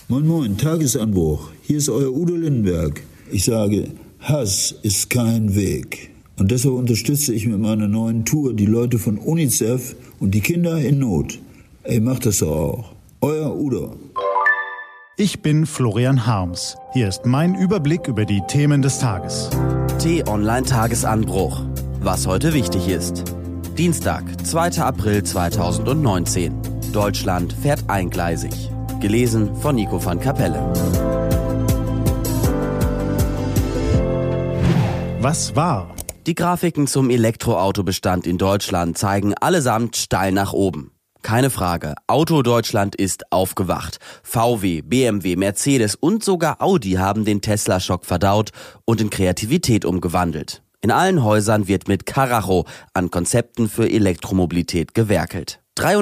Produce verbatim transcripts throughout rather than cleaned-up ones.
Moin Moin, Tagesanbruch. Hier ist euer Udo Lindenberg. Ich sage, Hass ist kein Weg. Und deshalb unterstütze ich mit meiner neuen Tour die Leute von UNICEF und die Kinder in Not. Ey, macht das doch auch. Euer Udo. Ich bin Florian Harms. Hier ist mein Überblick über die Themen des Tages. T-Online-Tagesanbruch. Was heute wichtig ist. Dienstag, zweiter April zweitausendneunzehn. Deutschland fährt eingleisig. Gelesen von Nico van Kapelle. Was war? Die Grafiken zum Elektroautobestand in Deutschland zeigen allesamt steil nach oben. Keine Frage, Autodeutschland ist aufgewacht. V W, B M W, Mercedes und sogar Audi haben den Tesla-Schock verdaut und in Kreativität umgewandelt. In allen Häusern wird mit Karacho an Konzepten für Elektromobilität gewerkelt.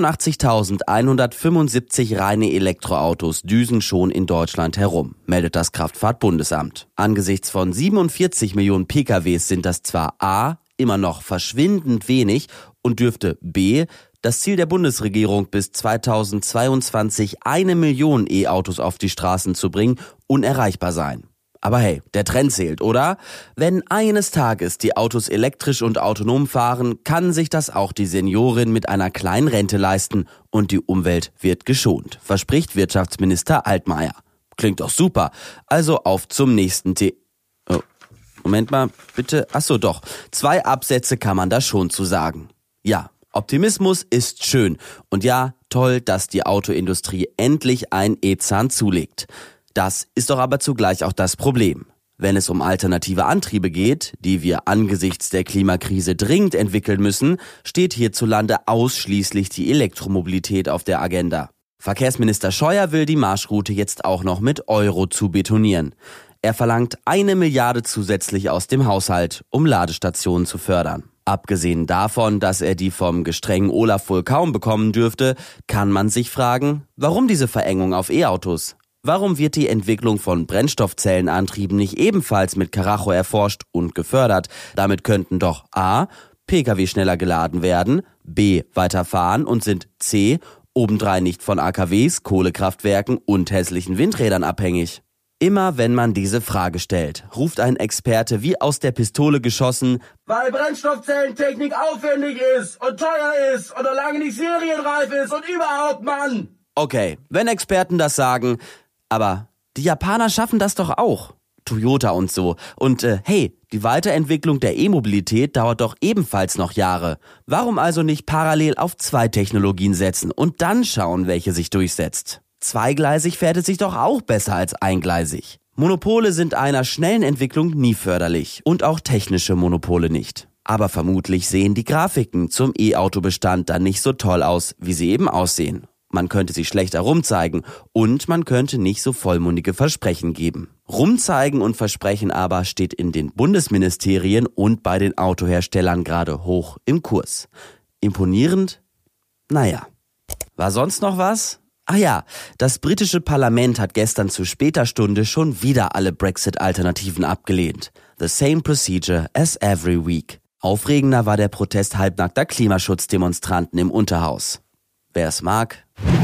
dreiundachtzigtausendeinhundertfünfundsiebzig reine Elektroautos düsen schon in Deutschland herum, meldet das Kraftfahrtbundesamt. Angesichts von siebenundvierzig Millionen P K Ws sind das zwar A, immer noch verschwindend wenig und dürfte B, das Ziel der Bundesregierung bis zweitausendzweiundzwanzig eine Million E-Autos auf die Straßen zu bringen, unerreichbar sein. Aber hey, der Trend zählt, oder? Wenn eines Tages die Autos elektrisch und autonom fahren, kann sich das auch die Seniorin mit einer kleinen Rente leisten und die Umwelt wird geschont, verspricht Wirtschaftsminister Altmaier. Klingt doch super. Also auf zum nächsten T... Oh, Moment mal, bitte. Ach so, doch. Zwei Absätze kann man da schon zu sagen. Ja, Optimismus ist schön. Und ja, toll, dass die Autoindustrie endlich einen E-Zahn zulegt. Das ist doch aber zugleich auch das Problem. Wenn es um alternative Antriebe geht, die wir angesichts der Klimakrise dringend entwickeln müssen, steht hierzulande ausschließlich die Elektromobilität auf der Agenda. Verkehrsminister Scheuer will die Marschroute jetzt auch noch mit Euro zu betonieren. Er verlangt eine Milliarde zusätzlich aus dem Haushalt, um Ladestationen zu fördern. Abgesehen davon, dass er die vom gestrengen Olaf wohl kaum bekommen dürfte, kann man sich fragen, warum diese Verengung auf E-Autos? Warum wird die Entwicklung von Brennstoffzellenantrieben nicht ebenfalls mit Karacho erforscht und gefördert? Damit könnten doch A, P K W schneller geladen werden, B, weiterfahren und sind C, obendrein nicht von A K Ws, Kohlekraftwerken und hässlichen Windrädern abhängig. Immer wenn man diese Frage stellt, ruft ein Experte wie aus der Pistole geschossen, weil Brennstoffzellentechnik aufwendig ist und teuer ist und noch lange nicht serienreif ist und überhaupt, Mann! Okay, wenn Experten das sagen, aber die Japaner schaffen das doch auch. Toyota und so. Und äh, hey, die Weiterentwicklung der E-Mobilität dauert doch ebenfalls noch Jahre. Warum also nicht parallel auf zwei Technologien setzen und dann schauen, welche sich durchsetzt? Zweigleisig fährt es sich doch auch besser als eingleisig. Monopole sind einer schnellen Entwicklung nie förderlich und auch technische Monopole nicht. Aber vermutlich sehen die Grafiken zum E-Auto-Bestand dann nicht so toll aus, wie sie eben aussehen. Man könnte sie schlechter rumzeigen und man könnte nicht so vollmundige Versprechen geben. Rumzeigen und Versprechen aber steht in den Bundesministerien und bei den Autoherstellern gerade hoch im Kurs. Imponierend? Naja. War sonst noch was? Ach ja, das britische Parlament hat gestern zu später Stunde schon wieder alle Brexit-Alternativen abgelehnt. The same procedure as every week. Aufregender war der Protest halbnackter Klimaschutzdemonstranten im Unterhaus. Wer es mag.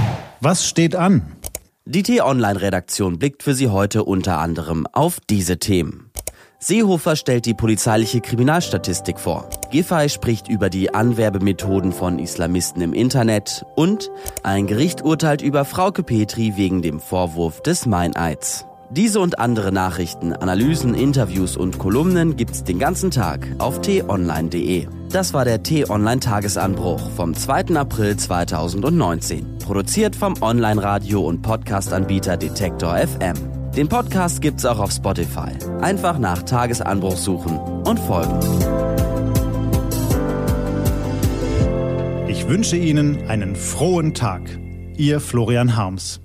Was steht an? Die T-Online-Redaktion blickt für Sie heute unter anderem auf diese Themen. Seehofer stellt die polizeiliche Kriminalstatistik vor. Giffey spricht über die Anwerbemethoden von Islamisten im Internet und ein Gericht urteilt über Frauke Petry wegen dem Vorwurf des Meineids. Diese und andere Nachrichten, Analysen, Interviews und Kolumnen gibt's den ganzen Tag auf t online punkt de. Das war der T-Online-Tagesanbruch vom zweiten April zweitausendneunzehn. Produziert vom Online-Radio- und Podcast-Anbieter Detektor F M. Den Podcast gibt's auch auf Spotify. Einfach nach Tagesanbruch suchen und folgen. Ich wünsche Ihnen einen frohen Tag. Ihr Florian Harms.